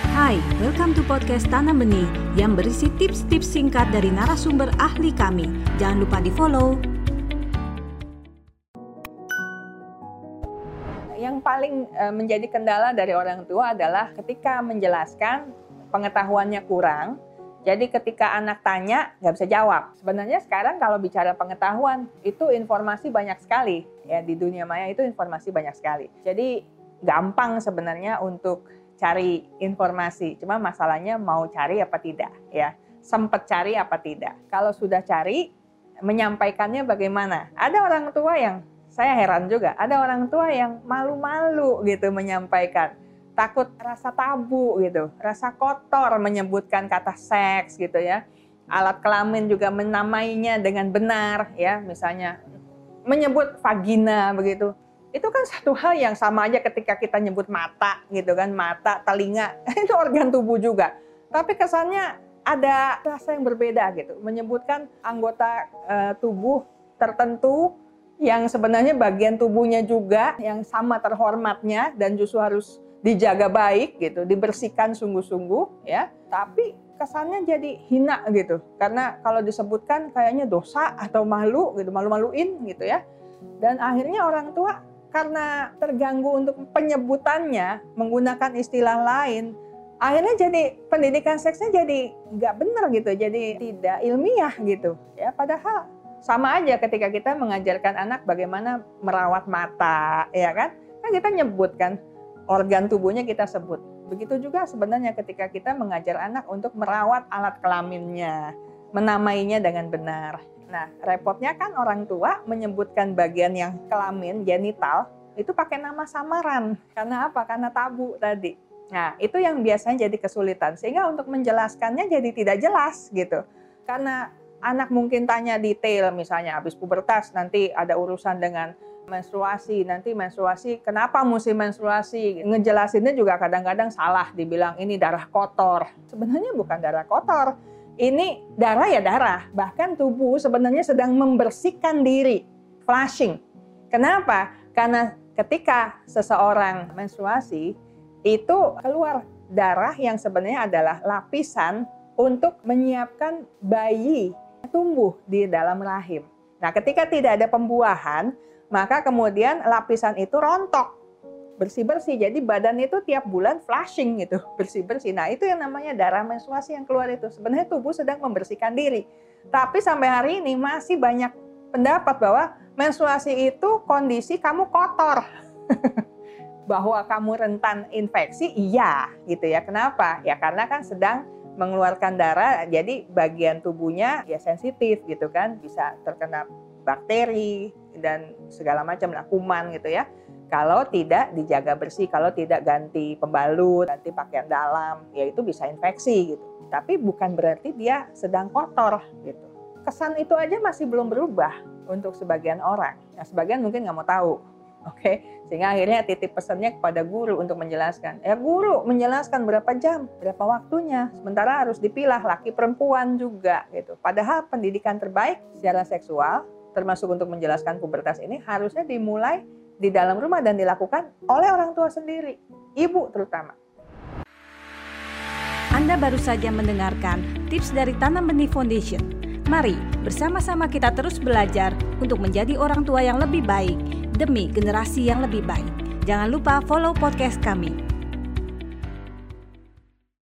Hai, welcome to podcast Tanam Benih yang berisi tips-tips singkat dari narasumber ahli kami. Jangan lupa di-follow. Yang paling menjadi kendala dari orang tua adalah ketika menjelaskan pengetahuannya kurang. Jadi ketika anak tanya, nggak bisa jawab. Sebenarnya sekarang kalau bicara pengetahuan, itu informasi banyak sekali. Ya, di dunia maya itu informasi banyak sekali. Jadi gampang sebenarnya untuk cari informasi. Cuma masalahnya mau cari apa tidak. Ya, sempat cari apa tidak. Kalau sudah cari, menyampaikannya bagaimana? Ada orang tua yang, saya heran juga, ada orang tua yang malu-malu gitu menyampaikan. Takut rasa tabu gitu, rasa kotor menyebutkan kata seks gitu ya. Alat kelamin juga menamainya dengan benar ya, misalnya menyebut vagina begitu. Itu kan satu hal yang sama aja ketika kita nyebut mata gitu kan, mata, telinga, itu organ tubuh juga. Tapi kesannya ada rasa yang berbeda gitu, menyebutkan anggota tubuh tertentu yang sebenarnya bagian tubuhnya juga yang sama terhormatnya dan justru harus dijaga baik gitu, dibersihkan sungguh-sungguh ya. Tapi kesannya jadi hina gitu. Karena kalau disebutkan kayaknya dosa atau malu gitu, malu-maluin gitu ya. Dan akhirnya orang tua karena terganggu untuk penyebutannya menggunakan istilah lain, akhirnya jadi pendidikan seksnya jadi nggak benar gitu, jadi tidak ilmiah gitu ya. Padahal sama aja ketika kita mengajarkan anak bagaimana merawat mata, ya kan? Kan kita nyebutkan organ tubuhnya kita sebut. Begitu juga sebenarnya ketika kita mengajar anak untuk merawat alat kelaminnya, menamainya dengan benar. Nah, repotnya kan orang tua menyebutkan bagian yang kelamin, genital, itu pakai nama samaran. Karena apa? Karena tabu tadi. Nah, itu yang biasanya jadi kesulitan. Sehingga untuk menjelaskannya jadi tidak jelas gitu. Karena anak mungkin tanya detail, misalnya habis pubertas nanti ada urusan dengan menstruasi, nanti menstruasi, kenapa mesti menstruasi? Ngejelasinnya juga kadang-kadang salah, dibilang ini darah kotor. Sebenarnya bukan darah kotor, ini darah ya darah. Bahkan tubuh sebenarnya sedang membersihkan diri, flushing. Kenapa? Karena ketika seseorang menstruasi, itu keluar darah yang sebenarnya adalah lapisan untuk menyiapkan bayi tumbuh di dalam rahim. Nah, ketika tidak ada pembuahan, maka kemudian lapisan itu rontok, bersih-bersih. Jadi badan itu tiap bulan flushing gitu, bersih-bersih. Nah, itu yang namanya darah menstruasi yang keluar itu. Sebenarnya tubuh sedang membersihkan diri. Tapi sampai hari ini masih banyak pendapat bahwa menstruasi itu kondisi kamu kotor. Bahwa kamu rentan infeksi, iya gitu ya. Kenapa? Ya karena kan sedang mengeluarkan darah, jadi bagian tubuhnya ya sensitif gitu kan, bisa terkena bakteri dan segala macam kuman gitu ya. Kalau tidak dijaga bersih, kalau tidak ganti pembalut, ganti pakaian dalam, ya itu bisa infeksi gitu. Tapi bukan berarti dia sedang kotor gitu. Kesan itu aja masih belum berubah untuk sebagian orang. Nah, sebagian mungkin nggak mau tahu. Oke, sehingga akhirnya titip pesannya kepada guru untuk menjelaskan. Ya guru menjelaskan berapa jam, berapa waktunya. Sementara harus dipilah laki perempuan juga gitu. Padahal pendidikan terbaik secara seksual, termasuk untuk menjelaskan pubertas ini, harusnya dimulai di dalam rumah dan dilakukan oleh orang tua sendiri, ibu terutama. Anda baru saja mendengarkan tips dari Tanam Benih Foundation. Mari bersama-sama kita terus belajar untuk menjadi orang tua yang lebih baik demi generasi yang lebih baik. Jangan lupa follow podcast kami.